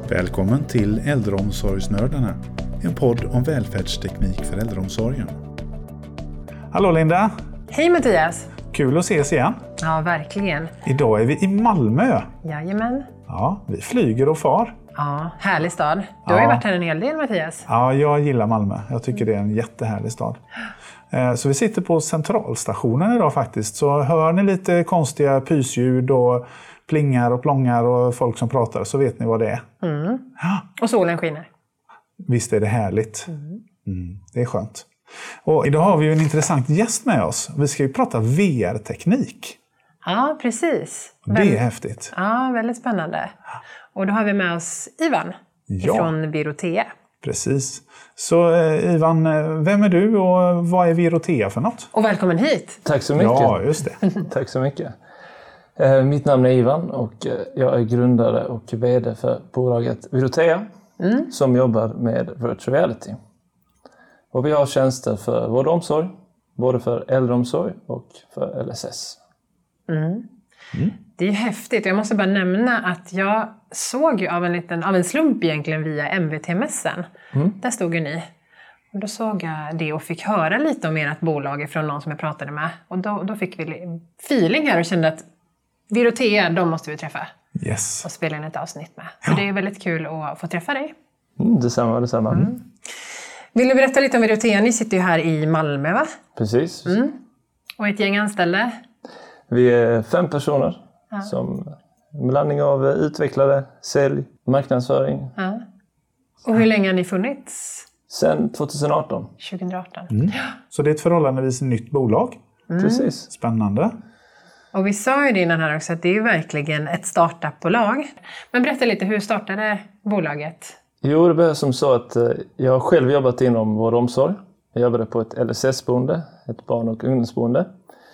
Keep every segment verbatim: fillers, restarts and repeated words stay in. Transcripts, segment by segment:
Välkommen till Äldreomsorgsnördarna, en podd om välfärdsteknik för äldreomsorgen. Hallå Linda! Hej Mattias! Kul att ses igen. Ja, verkligen. Idag är vi i Malmö. Jajamän. Ja, vi flyger och far. Ja, härlig stad. Du ja. har ju varit här en hel del Mattias. Ja, jag gillar Malmö. Jag tycker det är en jättehärlig stad. Så vi sitter på centralstationen idag faktiskt. Så hör ni lite konstiga pysljud och plingar och plångar och folk som pratar så vet ni vad det är. Mm. Ja. Och solen skiner. Visst är det härligt. Mm. Mm, det är skönt. Och idag har vi ju en intressant gäst med oss. Vi ska ju prata V R-teknik. Ja, precis. Det är väldigt, häftigt. Ja, väldigt spännande. Och då har vi med oss Ivan ja. från Virotea. Precis. Så eh, Ivan, vem är du och vad är Virotea för något? Och välkommen hit! Tack så mycket. Ja, just det. Tack så mycket. Eh, mitt namn är Ivan och jag är grundare och vd för bolaget Virotea mm. som jobbar med virtual reality. Och vi har tjänster för vård och omsorg, både för äldreomsorg och för L S S. Mm. Mm. Det är ju häftigt. Jag måste bara nämna att jag såg ju av en, liten, av en slump egentligen via M V T-mässan. Mm. Där stod ju ni. Och då såg jag det och fick höra lite om ert bolag från någon som jag pratade med. Och då, då fick vi feeling här och kände att Virotea, de måste vi träffa. Yes. Och spela in ett avsnitt med. Så ja. Det är väldigt kul att få träffa dig. Mm, detsamma, detsamma. Mm. Vill du berätta lite om Virotea? Ni sitter ju här i Malmö, va? Precis. Mm. Och ett gäng anställda? Vi är fem personer ja. som blandning av utvecklare, sälj, marknadsföring. Ja. Och hur länge har ni funnits? Sen tjugoarton. tjugoarton. Mm. Så det är ett förhållandevis nytt bolag. Mm. Precis. Spännande. Och vi sa ju det innan här också att det är ju verkligen ett startupbolag. Men berätta lite, hur startade bolaget? Jo, det började som så att jag har själv jobbat inom vård och omsorg. Jag jobbade på ett L S S-boende, ett barn- och ungdomsboende.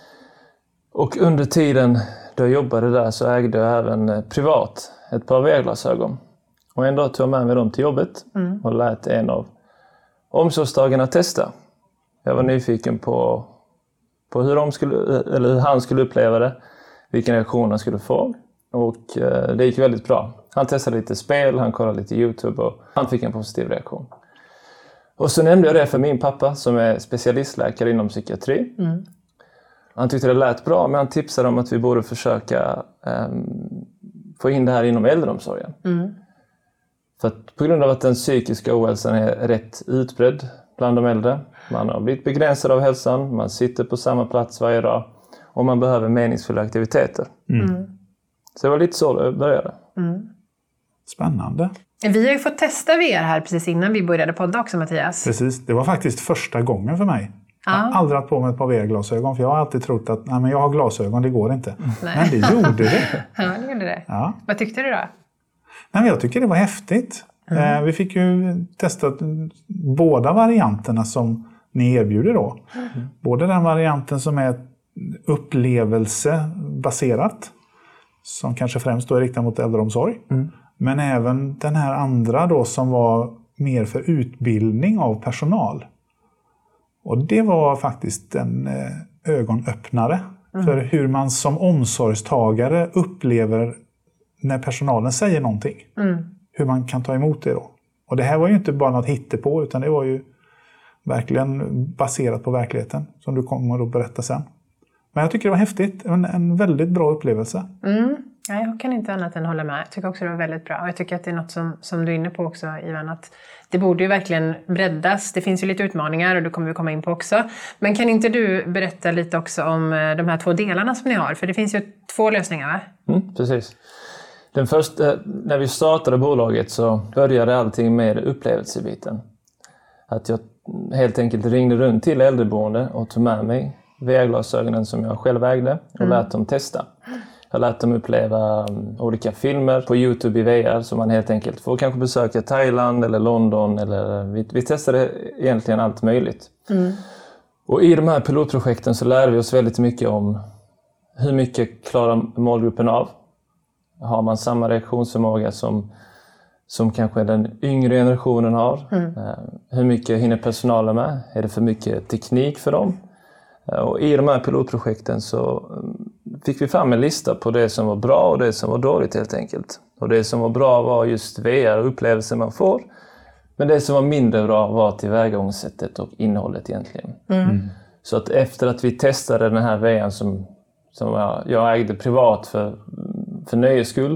Och under tiden då jag jobbade där så ägde jag även privat ett par V R-glasögon. Och en dag tog jag med mig dem till jobbet mm. och lät en av omsorgstagarna testa. Jag var nyfiken på, på hur, de skulle, eller hur han skulle uppleva det, vilken reaktion han skulle få. Och eh, det gick väldigt bra. Han testade lite spel, han kollade lite YouTube och han fick en positiv reaktion. Och så nämnde jag det för min pappa som är specialistläkare inom psykiatri. Mm. Han tyckte det lät bra, men han tipsade om att vi borde försöka um, få in det här inom äldreomsorgen. Mm. För att på grund av att den psykiska ohälsan är rätt utbredd bland de äldre. Man har blivit begränsad av hälsan, man sitter på samma plats varje dag och man behöver meningsfulla aktiviteter. Mm. Mm. Så det var lite så det började. Mm. Spännande. Vi har ju fått testa V R här precis innan vi började podda också, Mattias. Precis, det var faktiskt första gången för mig. Jag har aldrig haft på mig ett par V R-glasögon för jag har alltid trott att nej, men jag har glasögon, det går inte. Nej. Men det gjorde det. Ja, det gjorde det. Ja. Vad tyckte du då? Nej, men jag tycker det var häftigt. Mm. Eh, vi fick ju testa båda varianterna som ni erbjuder då. Mm. Både den varianten som är upplevelsebaserat, som kanske främst då är riktad mot äldreomsorg. Mm. Men även den här andra då som var mer för utbildning av personal. Och det var faktiskt en eh, ögonöppnare mm. för hur man som omsorgstagare upplever när personalen säger någonting. Mm. Hur man kan ta emot det då. Och det här var ju inte bara något hittepå utan det var ju verkligen baserat på verkligheten som du kommer att berätta sen. Men jag tycker det var häftigt. En, en väldigt bra upplevelse. Mm. Ja, jag kan inte annat än hålla med. Jag tycker också det var väldigt bra. Och jag tycker att det är något som, som du är inne på också, Ivan. Att det borde ju verkligen breddas. Det finns ju lite utmaningar och det kommer vi komma in på också. Men kan inte du berätta lite också om de här två delarna som ni har? För det finns ju två lösningar, va? Mm, precis. Den första, när vi startade bolaget så började allting med upplevelsebiten. Att jag helt enkelt ringde runt till äldreboende och tog med mig V R-glasögonen som jag själv ägde och mm. lät dem testa. Jag lät dem uppleva olika filmer på YouTube i V R så man helt enkelt får kanske besöka Thailand eller London. Eller, vi, vi testade egentligen allt möjligt. Mm. Och i de här pilotprojekten så lärde vi oss väldigt mycket om hur mycket klarar målgruppen av. Har man samma reaktionsförmåga som, som kanske den yngre generationen har? Mm. Hur mycket hinner personalen med? Är det för mycket teknik för dem? Och i de här pilotprojekten så fick vi fram en lista på det som var bra och det som var dåligt helt enkelt. Och det som var bra var just V R och upplevelser man får. Men det som var mindre bra var tillvägagångssättet och innehållet egentligen. Mm. Så att efter att vi testade den här V R:n som, som jag, jag ägde privat för, för nöjes skull,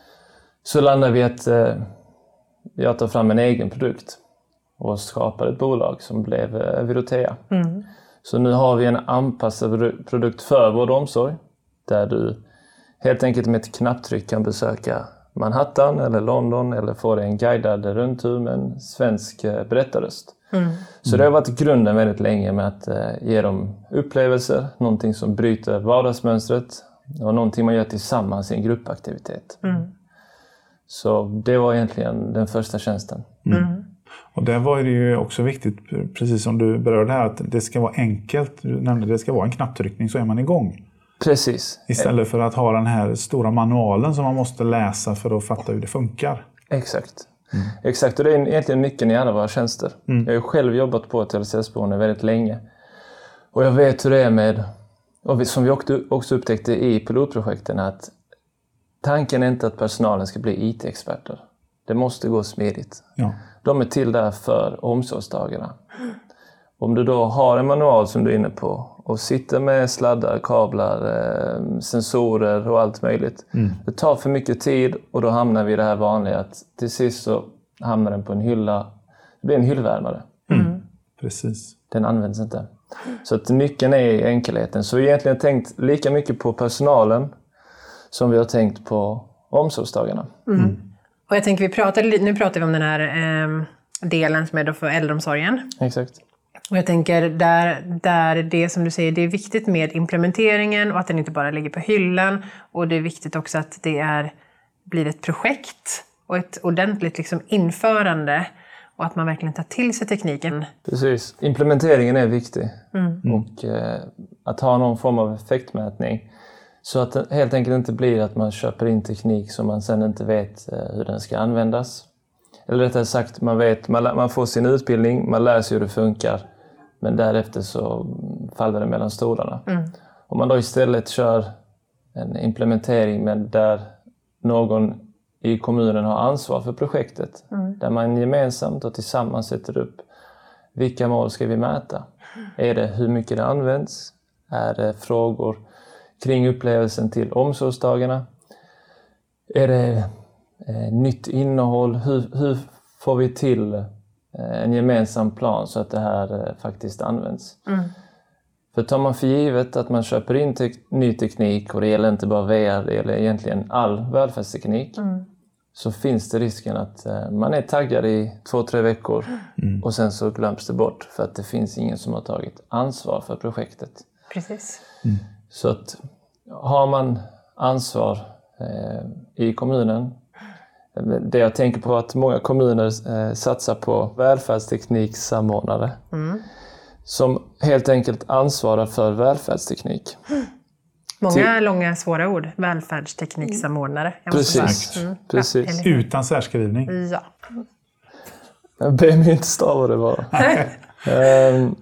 så landade vi att eh, jag tar fram en egen produkt och skapade ett bolag som blev eh, Virotea. Mm. Så nu har vi en anpassad produkt för vård och omsorg där du helt enkelt med ett knapptryck kan besöka Manhattan eller London eller få en guidad rundtur med en svensk berättarröst. Mm. Så det har varit grunden väldigt länge med att eh, ge dem upplevelser, någonting som bryter vardagsmönstret och någonting man gör tillsammans i en gruppaktivitet. Mm. Så det var egentligen den första tjänsten. Mm. Mm. Och där var det ju också viktigt, precis som du berörde här, att det ska vara enkelt. Du nämnde att det ska vara en knapptryckning så är man igång. Precis. Istället för att ha den här stora manualen som man måste läsa för att fatta hur det funkar. Exakt. Mm. Exakt, och det är egentligen nyckeln i alla våra tjänster. Mm. Jag har själv jobbat på ett L S S-boende väldigt länge. Och jag vet hur det är med, och som vi också upptäckte i pilotprojekten, att tanken är inte att personalen ska bli I T-experter. Det måste gå smidigt. Ja. De är till där för omsorgstagarna. Om du då har en manual som du är inne på och sitter med sladdar, kablar, eh, sensorer och allt möjligt. Mm. Det tar för mycket tid och då hamnar vi i det här vanliga att till sist så hamnar den på en hylla. Det blir en hyllvärmare. Mm. Precis. Den används inte. Så att nyckeln är i enkelheten. Så vi har egentligen tänkt lika mycket på personalen som vi har tänkt på omsorgstagarna. Mm. Mm. Och jag tänker, vi pratade, nu pratar vi om den här eh, delen som är då för äldreomsorgen. Exakt. Och jag tänker, där, där det som du säger, det är viktigt med implementeringen och att den inte bara ligger på hyllan. Och det är viktigt också att det är, blir ett projekt och ett ordentligt liksom införande. Och att man verkligen tar till sig tekniken. Precis. Implementeringen är viktig. Mm. Och eh, att ha någon form av effektmätning. Så att det helt enkelt inte blir att man köper in teknik som man sen inte vet eh, hur den ska användas. Eller rättare sagt, man, vet, man, man får sin utbildning, man lär sig hur det funkar. Men därefter så faller det mellan stolarna. Mm. Om man då istället kör en implementering med där någon i kommunen har ansvar för projektet. Mm. Där man gemensamt och tillsammans sätter upp vilka mål ska vi mäta. Mm. Är det hur mycket det används? Är det frågor kring upplevelsen till omsorgstagarna? Är det eh, nytt innehåll? Hur, hur får vi till eh, en gemensam plan så att det här eh, faktiskt används? Mm. För tar man för givet att man köper in te- ny teknik, och det gäller inte bara V R, det gäller egentligen all välfärdsteknik, mm. så finns det risken att eh, man är taggad i två, tre veckor mm. och sen så glöms det bort för att det finns ingen som har tagit ansvar för projektet. Precis. Mm. Så att har man ansvar eh, i kommunen, det jag tänker på att många kommuner eh, satsar på välfärdstekniksamordnare mm. som helt enkelt ansvarar för välfärdsteknik. Mm. Många Till... långa svåra ord. Välfärdstekniksamordnare. Precis. Mm. Precis. Ja, utan särskrivning. Ja. Jag ber mig inte stava det bara. um,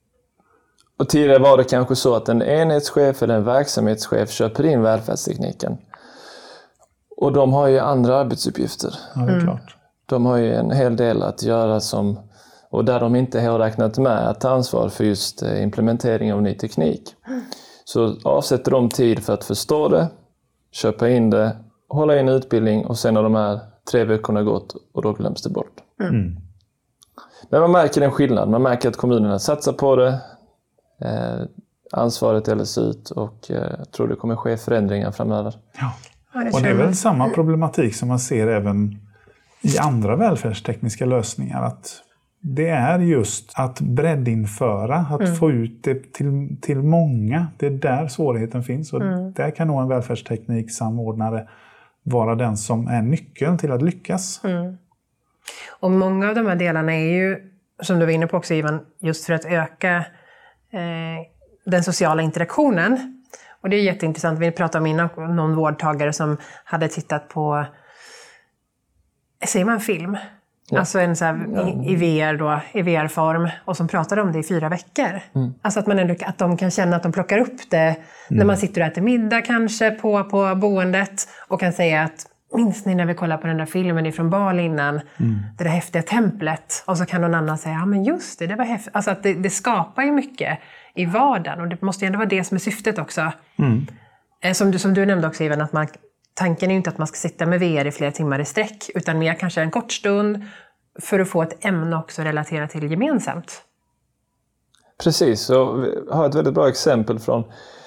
och tidigare var det kanske så att en enhetschef eller en verksamhetschef köper in välfärdstekniken. Och de har ju andra arbetsuppgifter. Ja, det är klart. De har ju en hel del att göra som, och där de inte har räknat med att ta ansvar för just implementering av ny teknik. Så avsätter de tid för att förstå det, köpa in det, hålla in utbildning och sen har de här tre veckorna gått och då glöms det bort. Mm. Men man märker en skillnad. Man märker att kommunerna satsar på det. Eh, ansvaret delas ut och eh, jag tror det kommer ske förändringar framöver. Ja. Och det är väl samma problematik som man ser även i andra välfärdstekniska lösningar. Att det är just att breddinföra, att mm. få ut det till, till många. Det är där svårigheten finns. Och mm. där kan nog en välfärdstekniksamordnare vara den som är nyckeln till att lyckas. Mm. Och många av de här delarna är ju, som du var inne på också Ivan, just för att öka eh, den sociala interaktionen. Och det är jätteintressant. Vi pratade om innan någon vårdtagare som hade tittat på, säger man film? Ja. Alltså en så här, i, i V R då, i V R-form, och som pratar om det i fyra veckor. Mm. Alltså att, man ändå, att de kan känna att de plockar upp det mm. när man sitter och äter middag kanske på, på boendet och kan säga att minns ni när vi kollade på den där filmen ifrån Bali innan, mm. det där häftiga templet, och så kan någon annan säga, ja men just det, det var häftigt. Alltså att det, det skapar ju mycket i vardagen, och det måste ju ändå vara det som är syftet också. Mm. Som, du, som du nämnde också, Ivan, att man tanken är ju inte att man ska sitta med V R i flera timmar i sträck, utan mer kanske en kort stund för att få ett ämne också relaterat till gemensamt. Precis, så vi har ett väldigt bra exempel från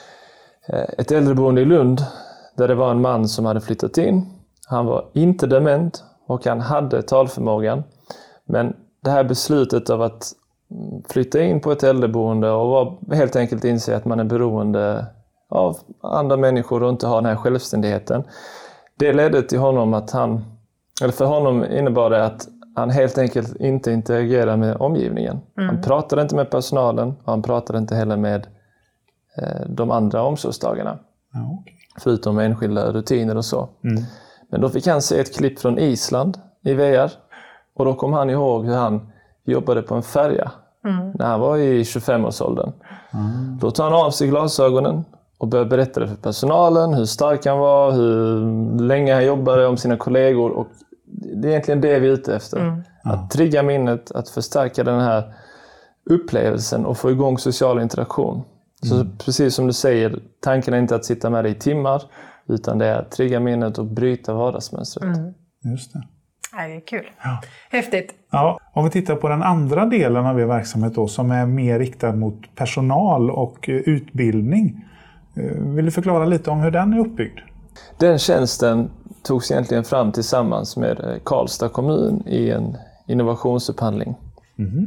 ett äldreboende i Lund där det var en man som hade flyttat in. Han var inte dement och han hade talförmågan. Men det här beslutet av att flytta in på ett äldreboende och var helt enkelt inse att man är beroende av andra människor och inte har den här självständigheten. Det ledde till honom att han, eller för honom innebar det att han helt enkelt inte interagerade med omgivningen. Mm. Han pratade inte med personalen och han pratade inte heller med eh, de andra omsorgstagarna. Ja, okay. Förutom enskilda rutiner och så. Mm. Men då fick han se ett klipp från Island i V R. Och då kom han ihåg hur han jobbade på en färja. Mm. När han var i tjugofem-årsåldern. Mm. Då tog han av sig glasögonen och började berätta för personalen hur stark han var, hur länge han jobbade, om sina kollegor. Och det är egentligen det vi är ute efter. Mm. Att trigga minnet, att förstärka den här upplevelsen och få igång social interaktion. Så mm. precis som du säger, tanken är inte att sitta med dig i timmar, utan det är att trigga minnet och bryta vardagsmönstret. Mm. Just det. Det är kul. Ja. Häftigt. Ja, om vi tittar på den andra delen av er verksamhet då, som är mer riktad mot personal och utbildning. Vill du förklara lite om hur den är uppbyggd? Den tjänsten togs egentligen fram tillsammans med Karlstad kommun i en innovationsupphandling. Mm.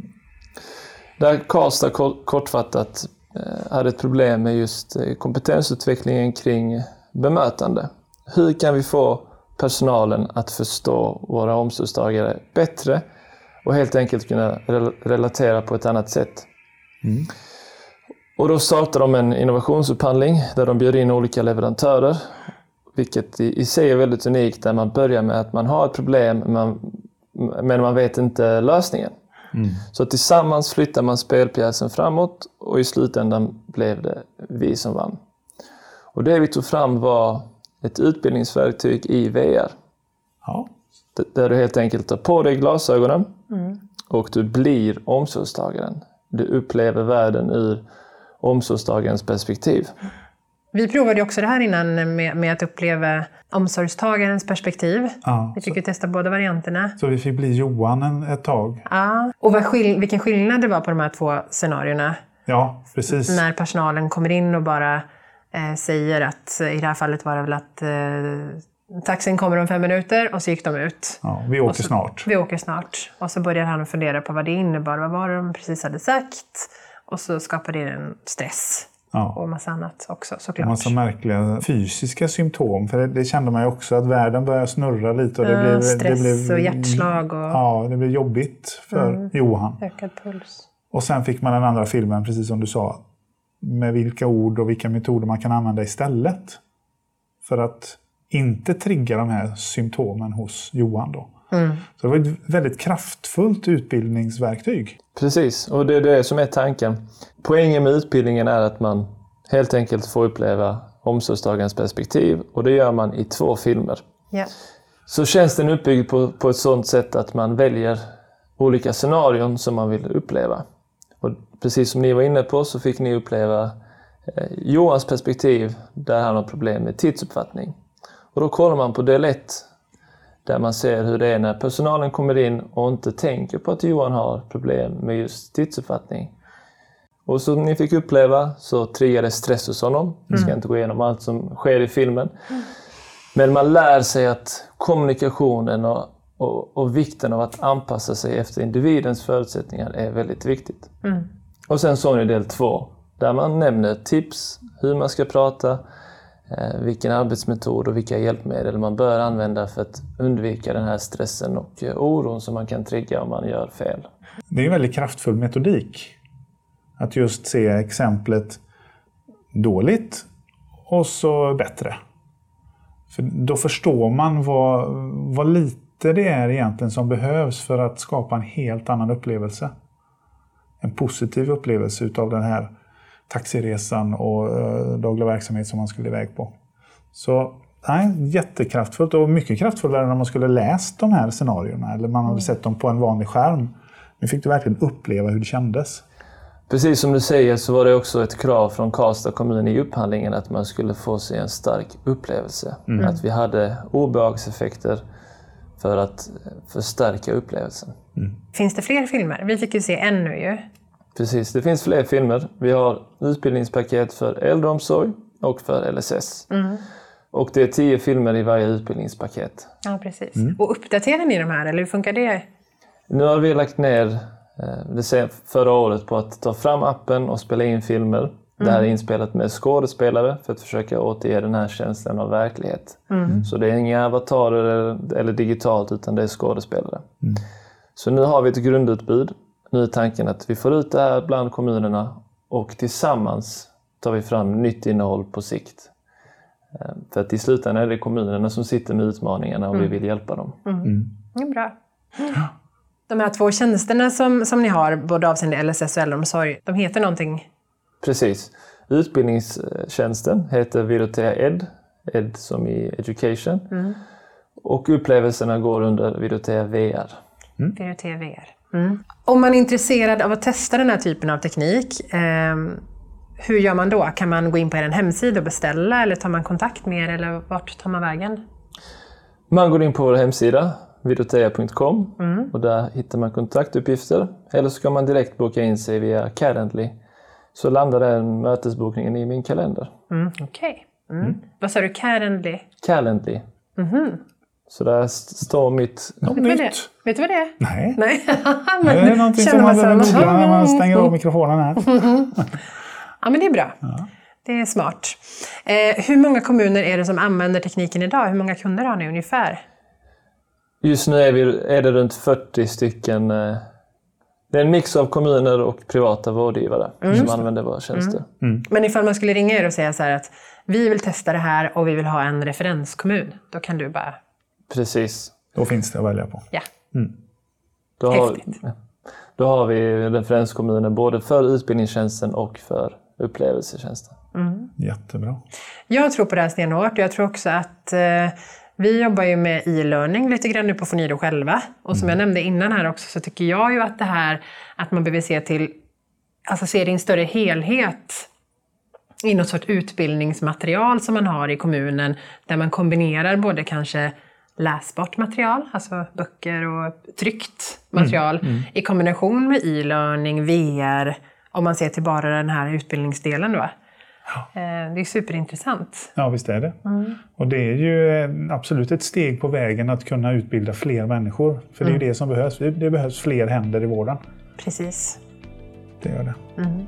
Där Karlstad kortfattat hade ett problem med just kompetensutvecklingen kring bemötande. Hur kan vi få personalen att förstå våra omsorgstagare bättre och helt enkelt kunna relatera på ett annat sätt? Mm. Och då startar de en innovationsupphandling där de bjuder in olika leverantörer, vilket i, i sig är väldigt unikt, där man börjar med att man har ett problem man, men man vet inte lösningen. Mm. Så tillsammans flyttar man spelpjäsen framåt och i slutändan blev det vi som vann. Och det vi tog fram var ett utbildningsverktyg i V R. Ja. Där du helt enkelt tar på dig glasögonen mm. och du blir omsorgstagaren. Du upplever världen ur omsorgstagarens perspektiv. Vi provade också det här innan med, med att uppleva omsorgstagarens perspektiv. Ja, vi fick så, ju testa båda varianterna. Så vi fick bli Johan en, ett tag. Ja, och vad skill- vilken skillnad det var på de här två scenarierna. Ja, precis. När personalen kommer in och bara eh, säger att, i det här fallet var det väl att eh, taxin kommer om fem minuter, och så gick de ut. Ja, vi åker så, snart. Vi åker snart. Och så började han fundera på vad det innebar, vad var det de precis hade sagt. Och så skapade det en stress. Ja. Och massa annat också, såklart. En massa märkliga fysiska symptom. För det, det kände man ju också att världen började snurra lite. Och det ja, blev, stress det blev, och hjärtslag. Och... Ja, det blev jobbigt för mm. Johan. Ökad puls. Och sen fick man den andra filmen, precis som du sa. Med vilka ord och vilka metoder man kan använda istället. För att inte trigga de här symptomen hos Johan då. Mm. Så det var ett väldigt kraftfullt utbildningsverktyg. Precis, och det är det som är tanken. Poängen med utbildningen är att man helt enkelt får uppleva omsorgstagarens perspektiv, och det gör man i två filmer. Yeah. Så tjänsten är uppbyggd på, på ett sådant sätt att man väljer olika scenarion som man vill uppleva. Och precis som ni var inne på så fick ni uppleva eh, Johans perspektiv, där han har problem med tidsuppfattning. Och då kollar man på del ett, där man ser hur det är när personalen kommer in och inte tänker på att Johan har problem med just tidsuppfattning. Och som ni fick uppleva så triggade stress hos honom. Vi ska mm. inte gå igenom allt som sker i filmen. Mm. Men man lär sig att kommunikationen och, och, och vikten av att anpassa sig efter individens förutsättningar är väldigt viktigt. Mm. Och sen så är del två, där man nämner tips, hur man ska prata, eh, vilken arbetsmetod och vilka hjälpmedel man bör använda för att undvika den här stressen och eh, oron som man kan trigga om man gör fel. Det är en väldigt kraftfull metodik. Att just se exemplet dåligt och så bättre. För då förstår man vad, vad lite lite det är egentligen som behövs för att skapa en helt annan upplevelse. En positiv upplevelse utav den här taxiresan och uh, dagliga verksamhet som man skulle iväg på. Så nej, jättekraftfullt och mycket kraftfullare när man skulle läst de här scenarierna eller man hade sett dem på en vanlig skärm. Nu fick du verkligen uppleva hur det kändes. Precis som du säger så var det också ett krav från Karlstad kommun i upphandlingen att man skulle få sig en stark upplevelse. Mm. Att vi hade obehagseffekter för att förstärka upplevelsen. Mm. Finns det fler filmer? Vi fick ju se en nu ju. Precis, det finns fler filmer. Vi har utbildningspaket för äldreomsorg och för L S S. Mm. Och det är tio filmer i varje utbildningspaket. Ja, precis. Mm. Och uppdaterar ni de här, eller hur funkar det? Nu har vi lagt ner det ser förra året på att ta fram appen och spela in filmer. Mm. Det här är inspelat med skådespelare för att försöka återge den här känslan av verklighet. Mm. Så det är inga avatarer eller, eller digitalt utan det är skådespelare. Mm. Så nu har vi ett grundutbud. Nu är tanken att vi får ut det här bland kommunerna och tillsammans tar vi fram nytt innehåll på sikt. För att i slutändan är det kommunerna som sitter med utmaningarna och mm. vi vill hjälpa dem. Mm. Mm. Det är bra. De här två tjänsterna som, som ni har, både avseende L S S och äldreomsorg, de heter någonting? Precis. Utbildningstjänsten heter Vidotea Ed, Ed som i Education. Mm. Och upplevelserna går under Vidotea V R. Mm. Vidotea V R. Mm. Om man är intresserad av att testa den här typen av teknik, eh, hur gör man då? Kan man gå in på er hemsida och beställa eller tar man kontakt med er eller vart tar man vägen? Man går in på vår hemsida vidotea punkt com mm. och där hittar man kontaktuppgifter. Eller så kan man direkt boka in sig via Calendly. Så landar den mötesbokningen i min kalender. Mm, Okej. Okay. Mm. Mm. Vad sa du? Calendly? Calendly. Mm-hmm. Så där står mitt... Vet du vad det är? Vet du vad det är? Nej. Nej. Men det är någonting som man behöver googla när man stänger av mikrofonen här. Ja, men det är bra. Ja. Det är smart. Eh, hur många kommuner är det som använder tekniken idag? Hur många kunder har ni ungefär? Just nu är, vi, är det runt fyrtio stycken. Eh, det är en mix av kommuner och privata vårdgivare mm. som använder våra tjänster. Mm. Mm. Men ifall man skulle ringa er och säga så här att vi vill testa det här och vi vill ha en referenskommun, då kan du bara... Precis. Då finns det att välja på. Ja. Mm. Då har, då har vi referenskommuner både för utbildningstjänsten och för upplevelsetjänsten. Mm. Jättebra. Jag tror på det här stenhårt och jag tror också att eh, vi jobbar ju med e-learning lite grann nu på Fonido själva. Och som mm. jag nämnde innan här också så tycker jag ju att det här att man behöver se till, alltså se det i en större helhet i något sorts utbildningsmaterial som man har i kommunen där man kombinerar både kanske läsbart material, alltså böcker och tryckt material mm. Mm. i kombination med e-learning, V R, om man ser till bara den här utbildningsdelen då. Ja. Det är superintressant. Ja, visst är det. Mm. Och det är ju absolut ett steg på vägen att kunna utbilda fler människor. För det är mm. det som behövs. Det behövs fler händer i vården. Precis. Det gör det. Mm.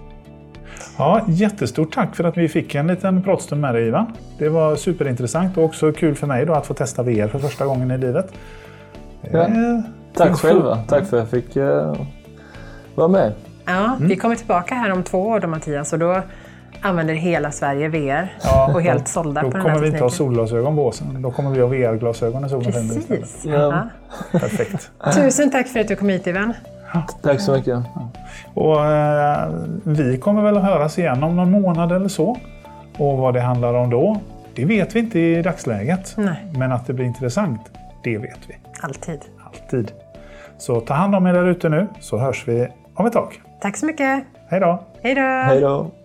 Ja, jättestort tack för att vi fick en liten pratstund med dig, Ivan. Det var superintressant och också kul för mig då att få testa V R för första gången i livet. Ja. Eh, tack själva. Tack för att jag fick uh, vara med. Ja, mm. vi kommer tillbaka här om två år då, Mattias, och då använder hela Sverige V R ja, och helt sålda på den här tekniken. Då kommer vi inte ha solglasögon på oss. Då kommer vi ha V R-glasögon i solen. Precis. Ja. Perfekt. Tusen tack för att du kom hit, Ivan. Ja. Tack så mycket. Ja. Och, eh, vi kommer väl att höras igen om någon månad eller så. Och vad det handlar om då, det vet vi inte i dagsläget. Nej. Men att det blir intressant, det vet vi. Alltid. Alltid. Så ta hand om er där ute nu, så hörs vi om ett tag. Tack så mycket. Hej då. Hej då. Hej då.